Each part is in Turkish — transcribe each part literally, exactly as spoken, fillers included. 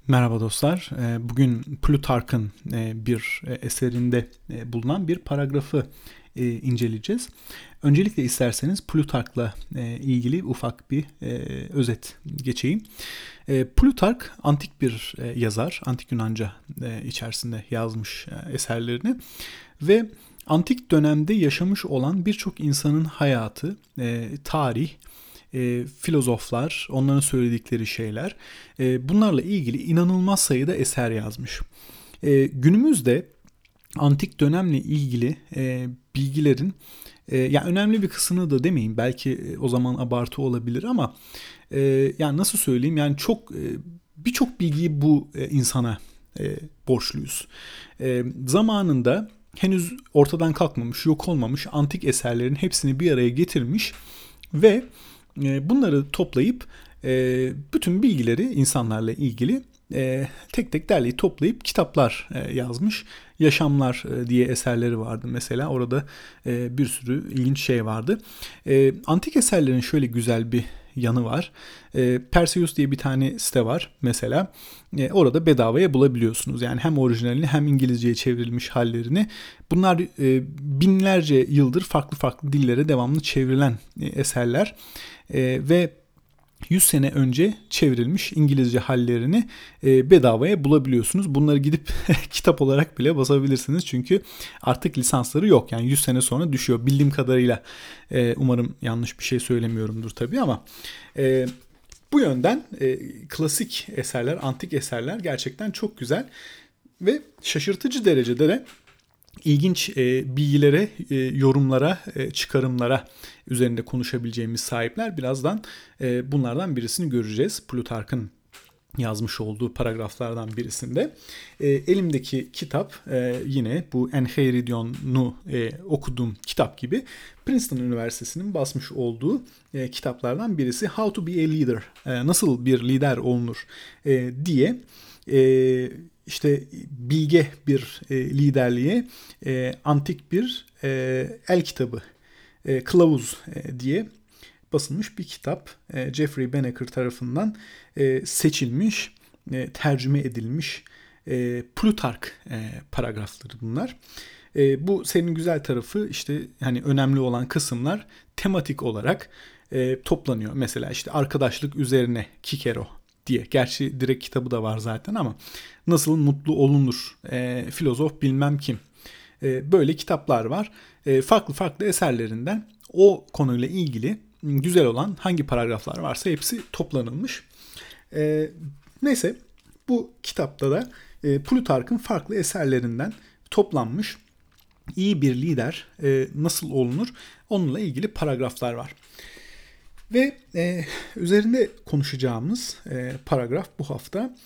Merhaba dostlar. Ee, Bugün Plutark'ın e, bir e, eserinde e, bulunan bir paragrafı e, inceleyeceğiz. Öncelikle isterseniz Plutark'la e, ilgili ufak bir e, özet geçeyim. E, Plutark antik bir e, yazar, antik Yunanca e, içerisinde yazmış e, eserlerini ve antik dönemde yaşamış olan birçok insanın hayatı, e, tarih, e, filozoflar, onların söyledikleri şeyler, e, bunlarla ilgili inanılmaz sayıda eser yazmış. E, günümüzde antik dönemle ilgili e, bilgilerin, e, yani önemli bir kısmını da demeyeyim, belki e, o zaman abartı olabilir ama e, yani nasıl söyleyeyim, yani çok e, birçok bilgiyi bu e, insana e, borçluyuz. E, zamanında henüz ortadan kalkmamış, yok olmamış antik eserlerin hepsini bir araya getirmiş ve e, bunları toplayıp e, bütün bilgileri insanlarla ilgili e, tek tek derleyip toplayıp kitaplar e, yazmış. Yaşamlar e, diye eserleri vardı mesela. Orada e, bir sürü ilginç şey vardı. E, antik eserlerin şöyle güzel bir yanı var. E, Perseus diye bir tane site var mesela. E, orada bedavaya bulabiliyorsunuz. Yani hem orijinalini hem İngilizceye çevrilmiş hallerini. Bunlar e, binlerce yıldır farklı farklı dillere devamlı çevrilen e, eserler. E, ve yüz sene önce çevrilmiş İngilizce hallerini e, bedavaya bulabiliyorsunuz. Bunları gidip kitap olarak bile basabilirsiniz. Çünkü artık lisansları yok. Yani yüz sene sonra düşüyor. Bildiğim kadarıyla e, umarım yanlış bir şey söylemiyorumdur tabii ama e, bu yönden e, klasik eserler, antik eserler gerçekten çok güzel ve şaşırtıcı derecede de ilginç e, bilgilere, e, yorumlara, e, çıkarımlara üzerinde konuşabileceğimiz sahipler. Birazdan e, bunlardan birisini göreceğiz. Plutark'ın yazmış olduğu paragraflardan birisinde. E, elimdeki kitap e, yine bu Enchiridionu e, okuduğum kitap gibi Princeton Üniversitesi'nin basmış olduğu e, kitaplardan birisi. How to be a leader, e, nasıl bir lider olunur e, diye e, işte bilge bir e, liderliğe e, antik bir e, el kitabı, e, kılavuz e, diye basılmış bir kitap. E, Jeffrey Banneker tarafından e, seçilmiş, e, tercüme edilmiş e, Plutark e, paragrafları bunlar. E, bu senin güzel tarafı, işte hani önemli olan kısımlar tematik olarak e, toplanıyor. Mesela işte arkadaşlık üzerine Kikero diye. Gerçi direkt kitabı da var zaten ama nasıl mutlu olunur, e, filozof bilmem kim. E, böyle kitaplar var. E, farklı farklı eserlerinden o konuyla ilgili güzel olan hangi paragraflar varsa hepsi toplanılmış. E, neyse, bu kitapta da e, Plutark'ın farklı eserlerinden toplanmış iyi bir lider e, nasıl olunur onunla ilgili paragraflar var. Ve e, üzerinde konuşacağımız e, paragraf bu hafta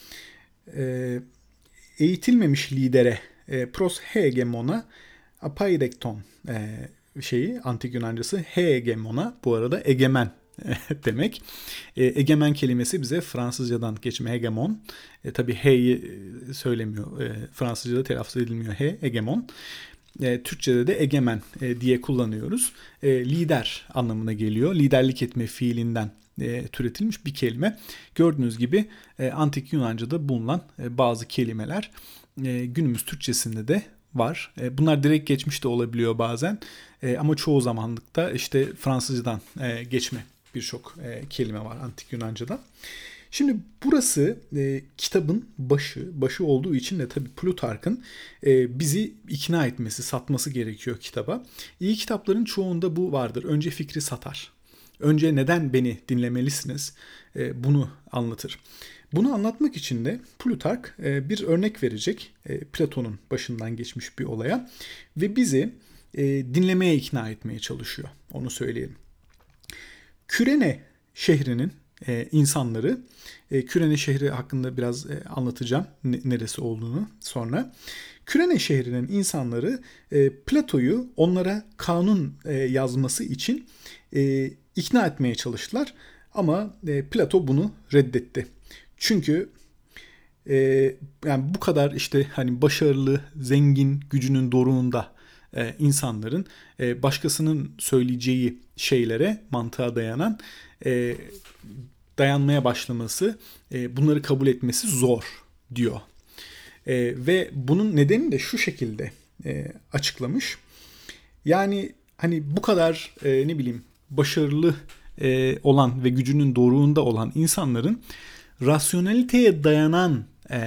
e, eğitilmemiş lidere, e, pros hegemona apairekton e, şeyi, antik Yunancası hegemona, bu arada egemen demek. E, egemen kelimesi bize Fransızcadan geçme, hegemon. E, tabii he'yi söylemiyor. E, Fransızcada telaffuz edilmiyor he, hegemon. E, Türkçe'de de egemen e, diye kullanıyoruz. E, lider anlamına geliyor. Liderlik etme fiilinden e, türetilmiş bir kelime. Gördüğünüz gibi e, antik Yunanca'da bulunan e, bazı kelimeler e, günümüz Türkçesinde de var. E, bunlar direkt geçmiş de olabiliyor bazen. E, ama çoğu zamanlıkta işte Fransızcadan e, geçme birçok e, kelime var antik Yunanca'da. Şimdi burası e, kitabın başı, başı olduğu için de tabii Plutark'ın e, bizi ikna etmesi, satması gerekiyor kitaba. İyi kitapların çoğunda bu vardır. Önce fikri satar. Önce neden beni dinlemelisiniz e, bunu anlatır. Bunu anlatmak için de Plutark e, bir örnek verecek. E, Platon'un başından geçmiş bir olaya ve bizi e, dinlemeye ikna etmeye çalışıyor. Onu söyleyelim. Kürene şehrinin e, insanları, e, Kürene şehri hakkında biraz e, anlatacağım ne, neresi olduğunu sonra. Kürene şehrinin insanları e, Plato'yu onlara kanun e, yazması için e, ikna etmeye çalıştılar. Ama e, Plato bunu reddetti. Çünkü e, yani bu kadar işte hani başarılı, zengin, gücünün doruğunda e, insanların e, başkasının söyleyeceği şeylere, mantığa dayanan e, dayanmaya başlaması, e, bunları kabul etmesi zor diyor. E, ve bunun nedeni de şu şekilde e, açıklamış. Yani hani bu kadar e, ne bileyim başarılı e, olan ve gücünün doruğunda olan insanların rasyoneliteye dayanan e,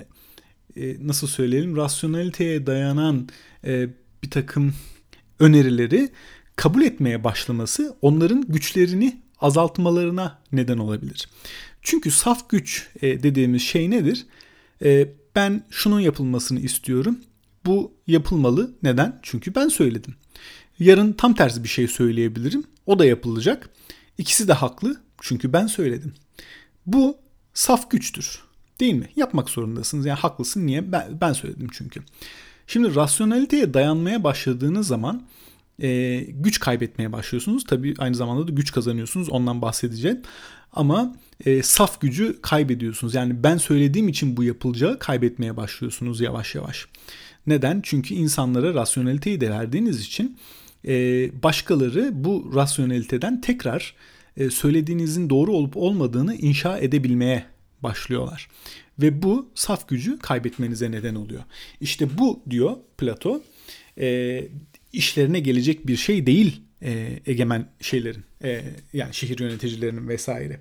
e, nasıl söyleyelim rasyoneliteye dayanan e, bir takım önerileri kabul etmeye başlaması onların güçlerini azaltmalarına neden olabilir. Çünkü saf güç e, dediğimiz şey nedir? E, ben şunun yapılmasını istiyorum. Bu yapılmalı. Neden? Çünkü ben söyledim. Yarın tam tersi bir şey söyleyebilirim. O da yapılacak. İkisi de haklı. Çünkü ben söyledim. Bu saf güçtür. Değil mi? Yapmak zorundasınız. Yani haklısın. Niye? Ben, ben söyledim çünkü. Şimdi rasyoneliteye dayanmaya başladığınız zaman e, güç kaybetmeye başlıyorsunuz. Tabii aynı zamanda da güç kazanıyorsunuz. Ondan bahsedeceğim. Ama e, saf gücü kaybediyorsunuz. Yani ben söylediğim için bu yapılacağı kaybetmeye başlıyorsunuz yavaş yavaş. Neden? Çünkü insanlara rasyoneliteyi de verdiğiniz için e, başkaları bu rasyoneliteden tekrar e, söylediğinizin doğru olup olmadığını inşa edebilmeye başlıyorlar. Ve bu saf gücü kaybetmenize neden oluyor. İşte bu diyor Plato e, işlerine gelecek bir şey değil e, egemen şeylerin e, yani şehir yöneticilerinin vesaire.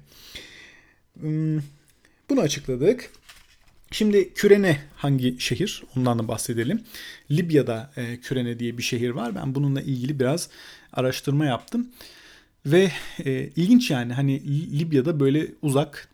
Hmm, bunu açıkladık. Şimdi Kürene hangi şehir? Ondan da bahsedelim. Libya'da e, Kürene diye bir şehir var. Ben bununla ilgili biraz araştırma yaptım. Ve e, ilginç yani hani Libya'da böyle uzak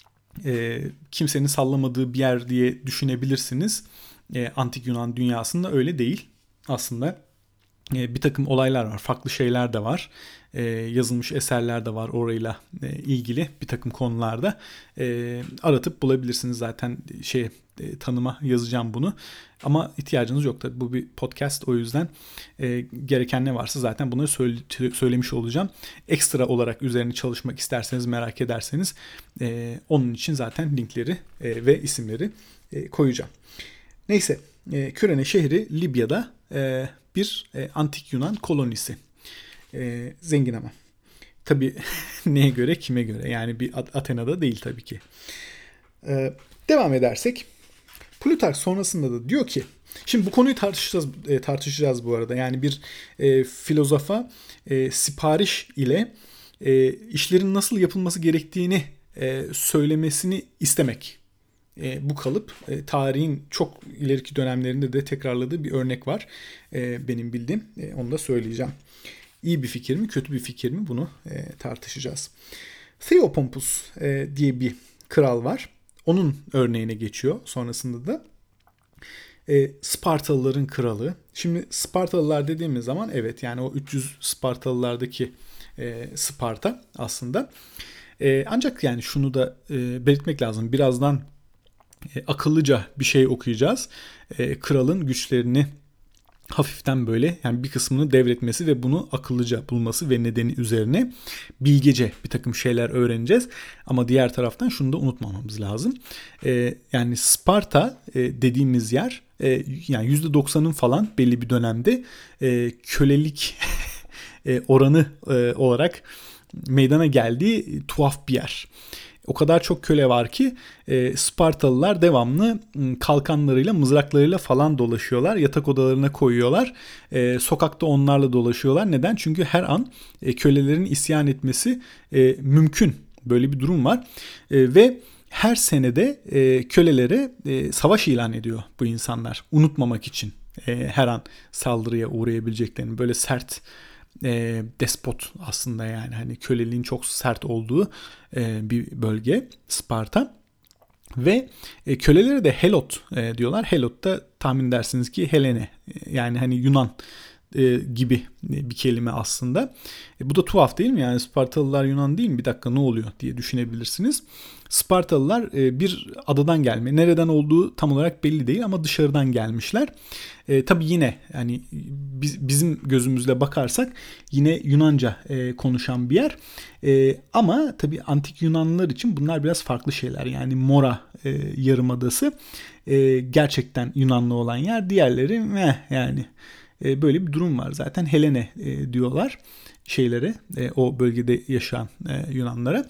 e, kimsenin sallamadığı bir yer diye düşünebilirsiniz. E, Antik Yunan dünyasında öyle değil. Aslında e, bir takım olaylar var. Farklı şeyler de var. E, yazılmış eserler de var orayla e, ilgili bir takım konularda. E, aratıp bulabilirsiniz zaten şey e, tanıma yazacağım bunu. Ama ihtiyacınız yok tabii. Bu bir podcast o yüzden e, gereken ne varsa zaten bunları söyle, söylemiş olacağım. Ekstra olarak üzerine çalışmak isterseniz merak ederseniz e, onun için zaten linkleri e, ve isimleri e, koyacağım. Neyse e, Kürene şehri Libya'da e, bir e, antik Yunan kolonisi. E, zengin ama. Tabii neye göre kime göre yani bir Atina'da değil tabii ki. E, devam edersek Plutark sonrasında da diyor ki şimdi bu konuyu tartışacağız e, tartışacağız bu arada. Yani bir e, filozofa e, sipariş ile e, işlerin nasıl yapılması gerektiğini e, söylemesini istemek. E, bu kalıp e, tarihin çok ileriki dönemlerinde de tekrarladığı bir örnek var. E, benim bildiğim. E, onu da söyleyeceğim. İyi bir fikir mi, kötü bir fikir mi bunu e, tartışacağız. Theopompus e, diye bir kral var. Onun örneğine geçiyor sonrasında da. E, Spartalıların kralı. Şimdi Spartalılar dediğimiz zaman evet yani o üç yüz Spartalılardaki e, Sparta aslında. E, ancak yani şunu da e, belirtmek lazım. Birazdan e, akıllıca bir şey okuyacağız. E, kralın güçlerini hafiften böyle yani bir kısmını devretmesi ve bunu akıllıca bulması ve nedeni üzerine bilgece bir takım şeyler öğreneceğiz. Ama diğer taraftan şunu da unutmamamız lazım. Ee, yani Sparta e, dediğimiz yer e, yani yüzde doksanın falan belli bir dönemde e, kölelik e, oranı e, olarak meydana geldiği tuhaf bir yer. O kadar çok köle var ki e, Spartalılar devamlı kalkanlarıyla, mızraklarıyla falan dolaşıyorlar. Yatak odalarına koyuyorlar. E, sokakta onlarla dolaşıyorlar. Neden? Çünkü her an e, kölelerin isyan etmesi e, mümkün. Böyle bir durum var. E, ve her senede e, kölelere e, savaş ilan ediyor bu insanlar. Unutmamak için e, her an saldırıya uğrayabileceklerini. Böyle sert E, despot aslında yani hani köleliğin çok sert olduğu e, bir bölge Sparta ve e, kölelere de Helot e, diyorlar. Helot da tahmin edersiniz ki Helene e, yani hani Yunan e, gibi bir kelime aslında. E, bu da tuhaf değil mi? Yani Spartalılar Yunan değil mi? Bir dakika ne oluyor diye düşünebilirsiniz. Spartalılar e, bir adadan gelme. Nereden olduğu tam olarak belli değil ama dışarıdan gelmişler. E, tabii yine yani biz, bizim gözümüzle bakarsak yine Yunanca e, konuşan bir yer. E, ama tabii antik Yunanlılar için bunlar biraz farklı şeyler. Yani Mora e, Yarımadası e, gerçekten Yunanlı olan yer. Diğerleri meh, yani e, böyle bir durum var. Zaten Helene e, diyorlar şeylere, e, o bölgede yaşayan e, Yunanlara.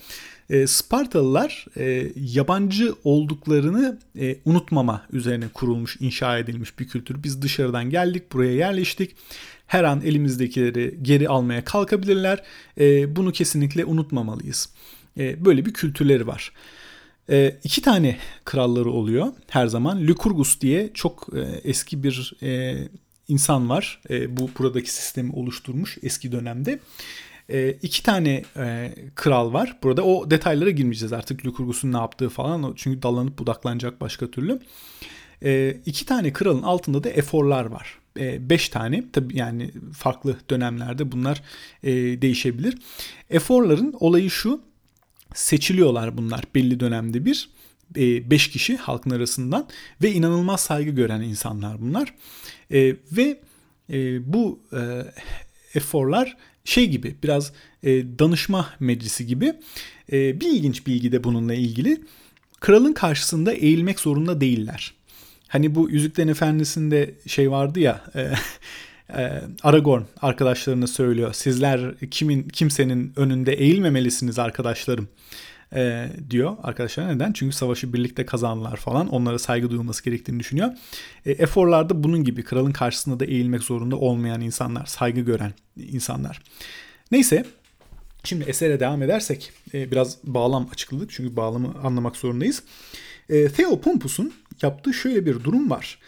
E, Spartalılar e, yabancı olduklarını e, unutmama üzerine kurulmuş, inşa edilmiş bir kültür. Biz dışarıdan geldik, buraya yerleştik. Her an elimizdekileri geri almaya kalkabilirler. E, bunu kesinlikle unutmamalıyız. E, böyle bir kültürleri var. E, iki tane kralları oluyor her zaman. Lycurgus diye çok e, eski bir e, insan var. E, bu buradaki sistemi oluşturmuş eski dönemde. E, iki tane e, kral var. Burada o detaylara girmeyeceğiz artık, Lycurgus'un ne yaptığı falan. Çünkü dallanıp budaklanacak başka türlü. E, iki tane kralın altında da eforlar var. E, beş tane. Tabii yani farklı dönemlerde bunlar e, değişebilir. Eforların olayı şu. Seçiliyorlar bunlar belli dönemde bir. E, beş kişi halkın arasından ve inanılmaz saygı gören insanlar bunlar. E, ve e, bu e, eforlar şey gibi, biraz e, danışma meclisi gibi. E, bir ilginç bilgi de bununla ilgili. Kralın karşısında eğilmek zorunda değiller. Hani bu Yüzüklerin Efendisi'nde şey vardı ya, e, e, Aragorn arkadaşlarına söylüyor. Sizler kimin kimsenin önünde eğilmemelisiniz arkadaşlarım e, diyor arkadaşlar. Neden? Çünkü savaşı birlikte kazandılar falan. Onlara saygı duyulması gerektiğini düşünüyor. E, eforlar da bunun gibi. Kralın karşısında da eğilmek zorunda olmayan insanlar. Saygı gören insanlar. Neyse. Şimdi esere devam edersek e, biraz bağlam açıkladık. Çünkü bağlamı anlamak zorundayız. E, Theopompus'un yaptığı şöyle bir durum var.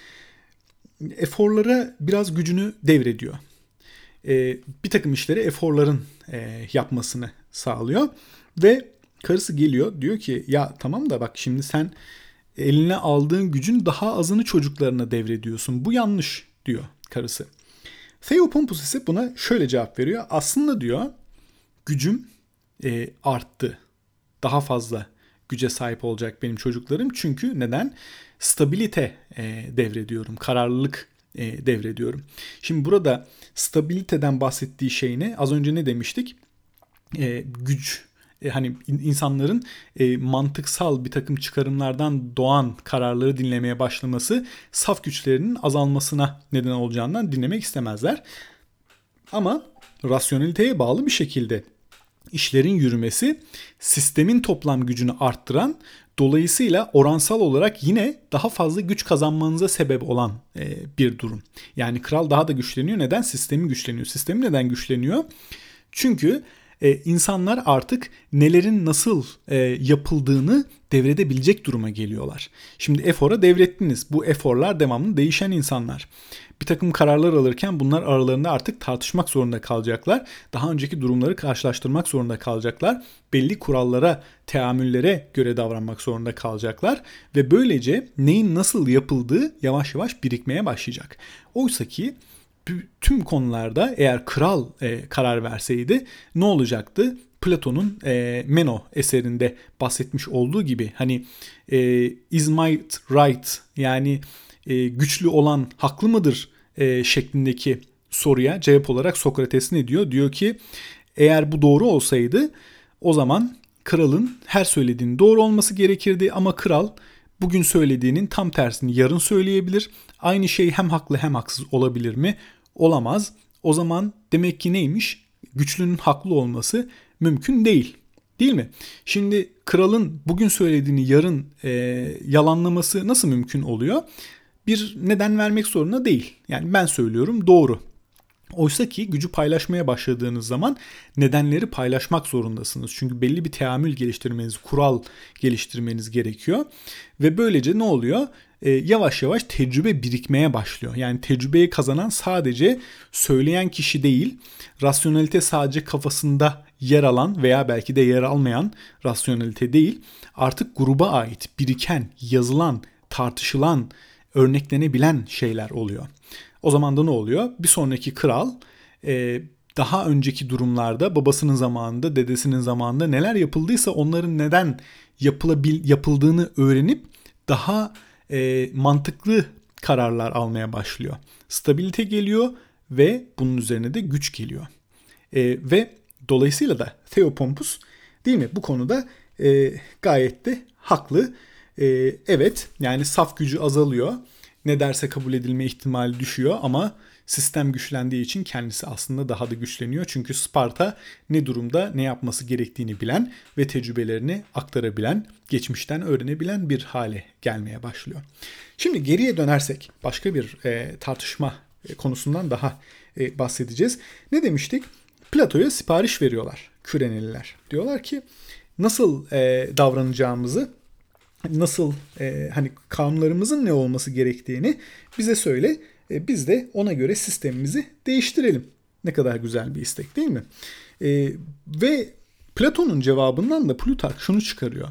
Eforlara biraz gücünü devrediyor. E, bir takım işleri eforların e, yapmasını sağlıyor. Ve karısı geliyor, diyor ki ya tamam da bak şimdi sen eline aldığın gücün daha azını çocuklarına devrediyorsun. Bu yanlış diyor karısı. Theopompus ise buna şöyle cevap veriyor. Aslında diyor gücüm e, arttı. Daha fazla güce sahip olacak benim çocuklarım. Çünkü neden? Stabilite e, devrediyorum. Kararlılık e, devrediyorum. Şimdi burada stabiliteden bahsettiği şey ne? Az önce ne demiştik? E, güç. E, hani insanların e, mantıksal bir takım çıkarımlardan doğan kararları dinlemeye başlaması saf güçlerinin azalmasına neden olacağından dinlemek istemezler. Ama rasyoneliteye bağlı bir şekilde işlerin yürümesi sistemin toplam gücünü arttıran, dolayısıyla oransal olarak yine daha fazla güç kazanmanıza sebep olan e, bir durum. Yani kral daha da güçleniyor. Neden? Sistemi güçleniyor. Sistemi neden güçleniyor? Çünkü e, insanlar artık nelerin nasıl e, yapıldığını devredebilecek duruma geliyorlar. Şimdi efora devrettiniz. Bu eforlar devamlı değişen insanlar. Bir takım kararlar alırken bunlar aralarında artık tartışmak zorunda kalacaklar. Daha önceki durumları karşılaştırmak zorunda kalacaklar. Belli kurallara, teamüllere göre davranmak zorunda kalacaklar. Ve böylece neyin nasıl yapıldığı yavaş yavaş birikmeye başlayacak. Oysa ki tüm konularda eğer kral e, karar verseydi ne olacaktı? Platon'un e, Meno eserinde bahsetmiş olduğu gibi hani e, is might right, yani e, güçlü olan haklı mıdır e, şeklindeki soruya cevap olarak Sokrates ne diyor? Diyor ki eğer bu doğru olsaydı o zaman kralın her söylediğinin doğru olması gerekirdi ama kral bugün söylediğinin tam tersini yarın söyleyebilir. Aynı şey hem haklı hem haksız olabilir mi? Olamaz. O zaman demek ki neymiş? Güçlünün haklı olması mümkün değil. Değil mi? Şimdi kralın bugün söylediğini yarın e, yalanlaması nasıl mümkün oluyor? Bir neden vermek zorunda değil. Yani ben söylüyorum doğru. Oysa ki gücü paylaşmaya başladığınız zaman nedenleri paylaşmak zorundasınız. Çünkü belli bir teamül geliştirmeniz, kural geliştirmeniz gerekiyor. Ve böylece ne oluyor? Ee, yavaş yavaş tecrübe birikmeye başlıyor. Yani tecrübeyi kazanan sadece söyleyen kişi değil, rasyonelite sadece kafasında yer alan veya belki de yer almayan rasyonelite değil, artık gruba ait biriken, yazılan, tartışılan, örneklenebilen şeyler oluyor. O zaman da ne oluyor? Bir sonraki kral e, daha önceki durumlarda babasının zamanında, dedesinin zamanında neler yapıldıysa onların neden yapılabil, yapıldığını öğrenip daha e, mantıklı kararlar almaya başlıyor. Stabilite geliyor ve bunun üzerine de güç geliyor. E, ve dolayısıyla da Theopompus değil mi bu konuda e, gayet de haklı. E, evet yani saf gücü azalıyor. Ne derse kabul edilme ihtimali düşüyor ama sistem güçlendiği için kendisi aslında daha da güçleniyor. Çünkü Sparta ne durumda, ne yapması gerektiğini bilen ve tecrübelerini aktarabilen, geçmişten öğrenebilen bir hale gelmeye başlıyor. Şimdi geriye dönersek başka bir e, tartışma e, konusundan daha e, bahsedeceğiz. Ne demiştik? Plato'ya sipariş veriyorlar Küreneliler. Diyorlar ki nasıl e, davranacağımızı, nasıl e, hani kanunlarımızın ne olması gerektiğini bize söyle. E, biz de ona göre sistemimizi değiştirelim. Ne kadar güzel bir istek değil mi? E, ve Platon'un cevabından da Plutark şunu çıkarıyor.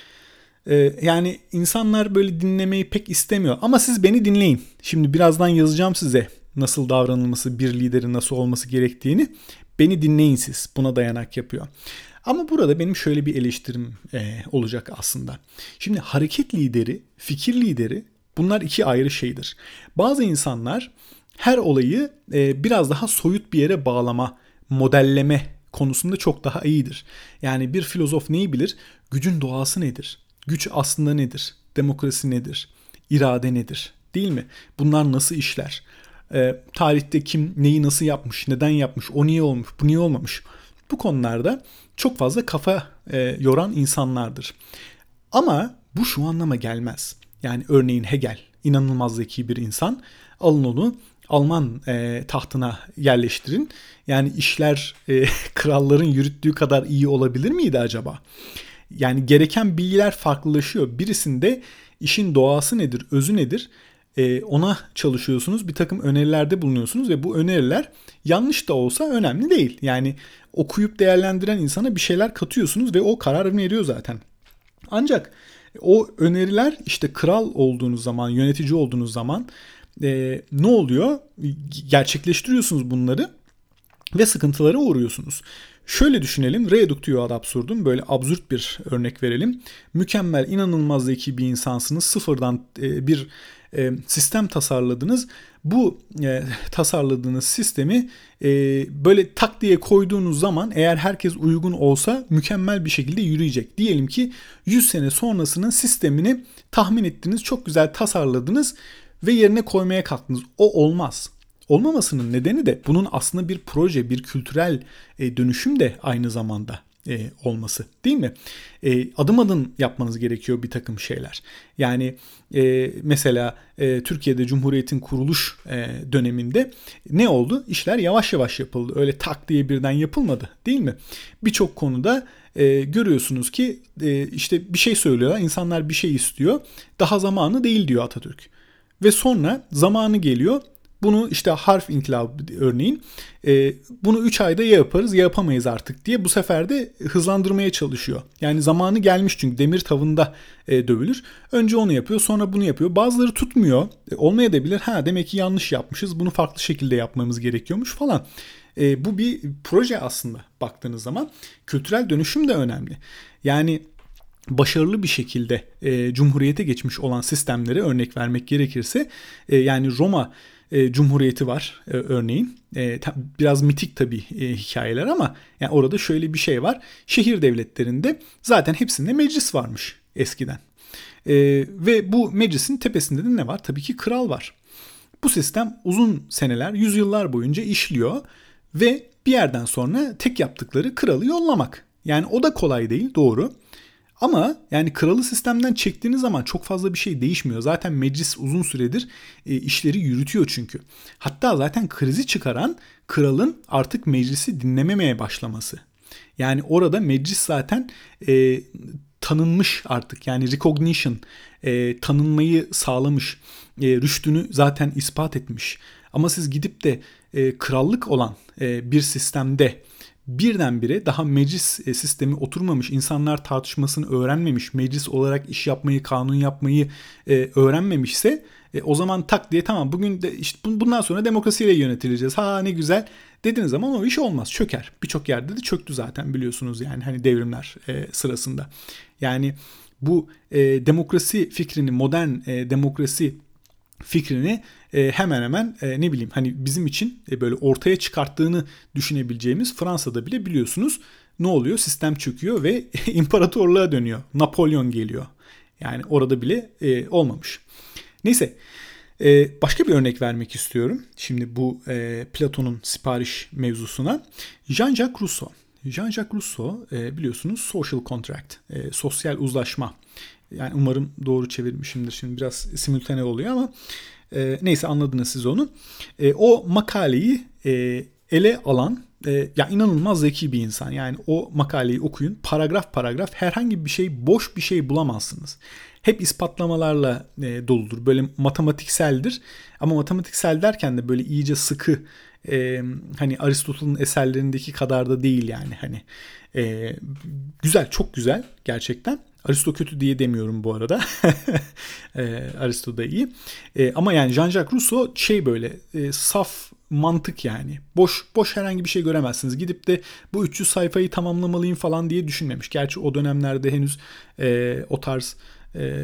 E, yani insanlar böyle dinlemeyi pek istemiyor. Ama siz beni dinleyin. Şimdi birazdan yazacağım size nasıl davranılması, bir liderin nasıl olması gerektiğini. Beni dinleyin siz. Buna dayanak yapıyor. Ama burada benim şöyle bir eleştirim e, olacak aslında. Şimdi hareket lideri, fikir lideri bunlar iki ayrı şeydir. Bazı insanlar her olayı e, biraz daha soyut bir yere bağlama, modelleme konusunda çok daha iyidir. Yani bir filozof neyi bilir? Gücün doğası nedir? Güç aslında nedir? Demokrasi nedir? İrade nedir? Değil mi? Bunlar nasıl işler? E, tarihte kim neyi nasıl yapmış, neden yapmış, o niye olmuş, bu niye olmamış? Bu konularda çok fazla kafa e, yoran insanlardır. Ama bu şu anlama gelmez. Yani örneğin Hegel, inanılmaz zeki bir insan. Alın onu Alman e, tahtına yerleştirin. Yani işler e, kralların yürüttüğü kadar iyi olabilir miydi acaba? Yani gereken bilgiler farklılaşıyor. Birisinde işin doğası nedir, özü nedir? E, ona çalışıyorsunuz, bir takım önerilerde bulunuyorsunuz ve bu öneriler yanlış da olsa önemli değil. Yani okuyup değerlendiren insana bir şeyler katıyorsunuz ve o karar veriyor zaten. Ancak o öneriler işte kral olduğunuz zaman, yönetici olduğunuz zaman e, ne oluyor? Gerçekleştiriyorsunuz bunları ve sıkıntılara uğruyorsunuz. Şöyle düşünelim, reductio ad absurdum, böyle absürt bir örnek verelim. Mükemmel, inanılmaz zeki bir insansınız, sıfırdan e, bir e, sistem tasarladınız. Bu e, tasarladığınız sistemi e, böyle tak diye koyduğunuz zaman eğer herkes uygun olsa mükemmel bir şekilde yürüyecek. Diyelim ki yüz sene sonrasının sistemini tahmin ettiniz, çok güzel tasarladınız ve yerine koymaya kalktınız. O olmaz. Olmamasının nedeni de bunun aslında bir proje, bir kültürel e, dönüşüm de aynı zamanda e, olması, değil mi? E, adım adım yapmanız gerekiyor bir takım şeyler. Yani e, mesela e, Türkiye'de Cumhuriyet'in kuruluş e, döneminde ne oldu? İşler yavaş yavaş yapıldı. Öyle tak diye birden yapılmadı, değil mi? Birçok konuda e, görüyorsunuz ki e, işte bir şey söylüyorlar, insanlar bir şey istiyor. Daha zamanı değil diyor Atatürk. Ve sonra zamanı geliyor. Bunu işte harf inkılabı örneğin e, bunu üç ayda ya yaparız ya yapamayız artık diye bu sefer de hızlandırmaya çalışıyor. Yani zamanı gelmiş çünkü demir tavında e, dövülür. Önce onu yapıyor, sonra bunu yapıyor. Bazıları tutmuyor. E, olmayabilir. Ha demek ki yanlış yapmışız. Bunu farklı şekilde yapmamız gerekiyormuş falan. E, bu bir proje aslında baktığınız zaman. Kültürel dönüşüm de önemli. Yani başarılı bir şekilde e, Cumhuriyete geçmiş olan sistemlere örnek vermek gerekirse e, yani Roma e, Cumhuriyeti var e, örneğin. E, ta, biraz mitik tabii e, hikayeler ama yani orada şöyle bir şey var. Şehir devletlerinde zaten hepsinde meclis varmış eskiden. E, ve bu meclisin tepesinde de ne var? Tabii ki kral var. Bu sistem uzun seneler, yüzyıllar boyunca işliyor ve bir yerden sonra tek yaptıkları kralı yollamak. Yani o da kolay değil, doğru. Ama yani kralı sistemden çektiğiniz zaman çok fazla bir şey değişmiyor. Zaten meclis uzun süredir e, işleri yürütüyor çünkü. Hatta zaten krizi çıkaran kralın artık meclisi dinlememeye başlaması. Yani orada meclis zaten e, tanınmış artık. Yani recognition, e, tanınmayı sağlamış. E, rüştünü zaten ispat etmiş. Ama siz gidip de e, krallık olan e, bir sistemde birdenbire daha meclis sistemi oturmamış, insanlar tartışmasını öğrenmemiş, meclis olarak iş yapmayı, kanun yapmayı e, öğrenmemişse e, o zaman tak diye tamam bugün de işte bundan sonra demokrasiyle yönetileceğiz. Ha ne güzel dediğiniz zaman o iş olmaz, çöker. Birçok yerde de çöktü zaten biliyorsunuz yani hani devrimler e, sırasında. Yani bu e, demokrasi fikrini, modern e, demokrasi fikrini e, hemen hemen e, ne bileyim hani bizim için e, böyle ortaya çıkarttığını düşünebileceğimiz Fransa'da bile biliyorsunuz ne oluyor? Sistem çöküyor ve imparatorluğa dönüyor. Napolyon geliyor. Yani orada bile e, olmamış. Neyse Ee, başka bir örnek vermek istiyorum. Şimdi bu e, Platon'un sipariş mevzusuna. Jean-Jacques Rousseau. Jean-Jacques Rousseau e, biliyorsunuz social contract, e, sosyal uzlaşma. Yani umarım doğru çevirmişimdir. Şimdi biraz simultane oluyor ama e, neyse anladınız siz onu. E, o makaleyi e, ele alan e, ya inanılmaz zeki bir insan. Yani o makaleyi okuyun. Paragraf paragraf herhangi bir şey, boş bir şey bulamazsınız. Hep ispatlamalarla e, doludur. Böyle matematikseldir. Ama matematiksel derken de böyle iyice sıkı, e, hani Aristoteles'in eserlerindeki kadar da değil yani. Hani e, güzel, çok güzel gerçekten. Aristo kötü diye demiyorum bu arada. e, Aristo da iyi. E, ama yani Jean-Jacques Rousseau şey böyle e, saf mantık yani. Boş boş herhangi bir şey göremezsiniz. Gidip de bu üç yüz sayfayı tamamlamalıyım falan diye düşünmemiş. Gerçi o dönemlerde henüz e, o tarz e,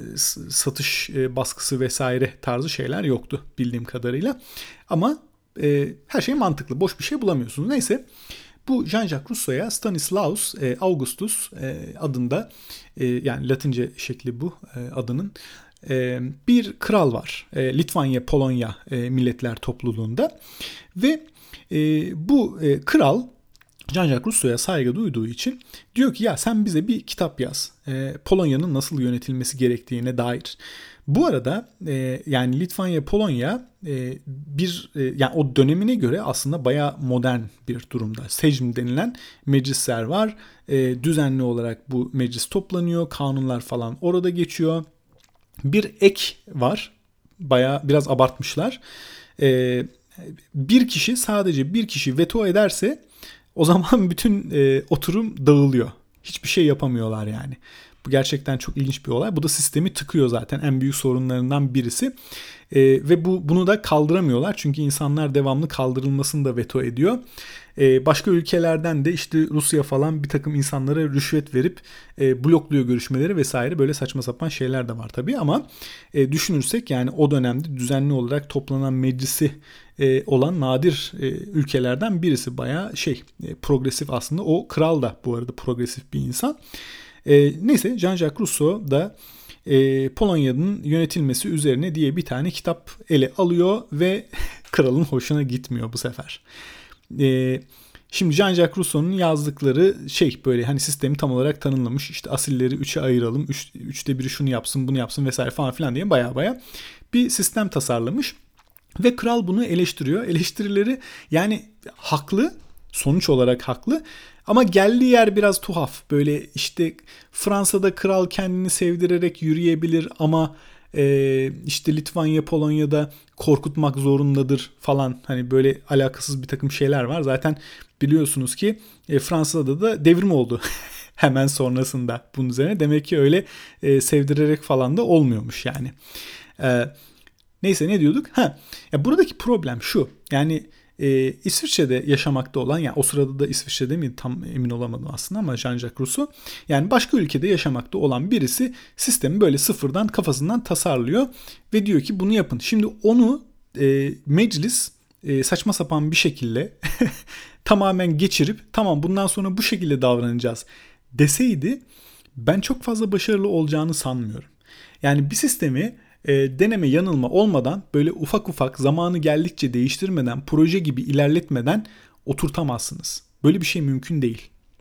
satış e, baskısı vesaire tarzı şeyler yoktu bildiğim kadarıyla. Ama e, her şey mantıklı. Boş bir şey bulamıyorsunuz. Neyse. Bu Jean-Jacques Rousseau'ya Stanislaus e, Augustus e, adında e, yani Latince şekli bu e, adının e, bir kral var. E, Litvanya, Polonya e, milletler topluluğunda ve e, bu e, kral Jean-Jacques Rousseau'ya saygı duyduğu için diyor ki ya sen bize bir kitap yaz. E, Polonya'nın nasıl yönetilmesi gerektiğine dair. Bu arada e, yani Litvanya, Polonya e, bir e, yani o dönemine göre aslında bayağı modern bir durumda. Sejm denilen meclisler var. E, düzenli olarak bu meclis toplanıyor. Kanunlar falan orada geçiyor. Bir ek var. Bayağı biraz abartmışlar. E, bir kişi sadece bir kişi veto ederse o zaman bütün e, oturum dağılıyor. Hiçbir şey yapamıyorlar yani. Bu gerçekten çok ilginç bir olay. Bu da sistemi tıkıyor zaten. En büyük sorunlarından birisi. E, ve bu bunu da kaldıramıyorlar. Çünkü insanlar devamlı kaldırılmasını da veto ediyor. E, başka ülkelerden de işte Rusya falan bir takım insanlara rüşvet verip e, blokluyor görüşmeleri vesaire. Böyle saçma sapan şeyler de var tabii. Ama e, düşünürsek yani o dönemde düzenli olarak toplanan meclisi e, olan nadir e, ülkelerden birisi. Bayağı şey e, progresif aslında. O kral da bu arada progresif bir insan. E, neyse Jean-Jacques Rousseau da e, Polonya'nın yönetilmesi üzerine diye bir tane kitap ele alıyor ve kralın hoşuna gitmiyor bu sefer. E, şimdi Jean-Jacques Rousseau'nun yazdıkları şey böyle hani sistemi tam olarak tanımlamış. İşte asilleri üçe ayıralım. Üç, üçte biri şunu yapsın bunu yapsın vesaire falan filan diye baya baya bir sistem tasarlamış. Ve kral bunu eleştiriyor. Eleştirileri yani haklı. Sonuç olarak haklı. Ama geldiği yer biraz tuhaf. Böyle işte Fransa'da kral kendini sevdirerek yürüyebilir ama e, işte Litvanya, Polonya'da korkutmak zorundadır falan. Hani böyle alakasız bir takım şeyler var. Zaten biliyorsunuz ki e, Fransa'da da devrim oldu. Hemen sonrasında bunun üzerine. Demek ki öyle e, sevdirerek falan da olmuyormuş yani. E, neyse ne diyorduk? Ha, ya buradaki problem şu. Yani Ee, İsviçre'de yaşamakta olan yani o sırada da İsviçre'de mi tam emin olamadım aslında ama Jean-Jacques Rousseau yani başka ülkede yaşamakta olan birisi sistemi böyle sıfırdan kafasından tasarlıyor ve diyor ki bunu yapın. Şimdi onu e, meclis e, saçma sapan bir şekilde tamamen geçirip tamam bundan sonra bu şekilde davranacağız deseydi ben çok fazla başarılı olacağını sanmıyorum. Yani bir sistemi E, deneme yanılma olmadan böyle ufak ufak zamanı geldikçe değiştirmeden proje gibi ilerletmeden oturtamazsınız. Böyle bir şey mümkün değil.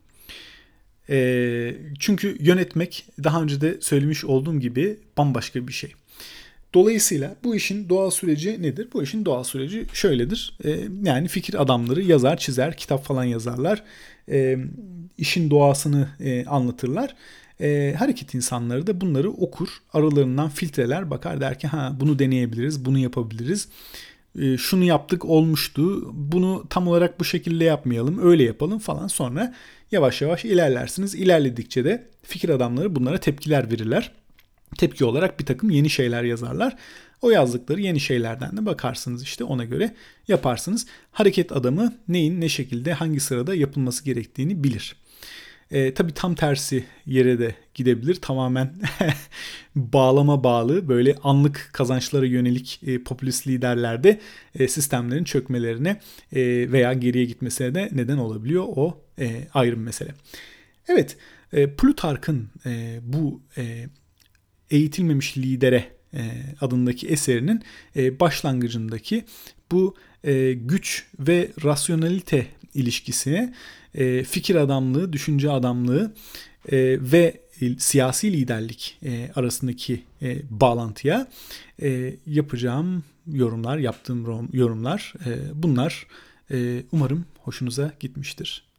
E, çünkü yönetmek daha önce de söylemiş olduğum gibi bambaşka bir şey. Dolayısıyla bu işin doğal süreci nedir? Bu işin doğal süreci şöyledir. E, yani fikir adamları yazar, çizer, kitap falan yazarlar. E, işin doğasını e, anlatırlar. E, hareket insanları da bunları okur, aralarından filtreler, bakar der ki ha bunu deneyebiliriz, bunu yapabiliriz. E, şunu yaptık olmuştu, bunu tam olarak bu şekilde yapmayalım, öyle yapalım falan. Sonra yavaş yavaş ilerlersiniz. İlerledikçe de fikir adamları bunlara tepkiler verirler. Tepki olarak bir takım yeni şeyler yazarlar. O yazdıkları yeni şeylerden de bakarsınız işte ona göre yaparsınız. Hareket adamı neyin ne şekilde hangi sırada yapılması gerektiğini bilir. E, tabii tam tersi yere de gidebilir. Tamamen bağlama bağlı böyle anlık kazançlara yönelik e, popülist liderlerde e, sistemlerin çökmelerine e, veya geriye gitmesine de neden olabiliyor. O e, ayrı bir mesele. Evet, e, Plutark'ın e, bu e, eğitilmemiş lidere adındaki eserinin başlangıcındaki bu güç ve rasyonalite ilişkisine, fikir adamlığı, düşünce adamlığı ve siyasi liderlik arasındaki bağlantıya yapacağım yorumlar, yaptığım yorumlar bunlar. Umarım hoşunuza gitmiştir.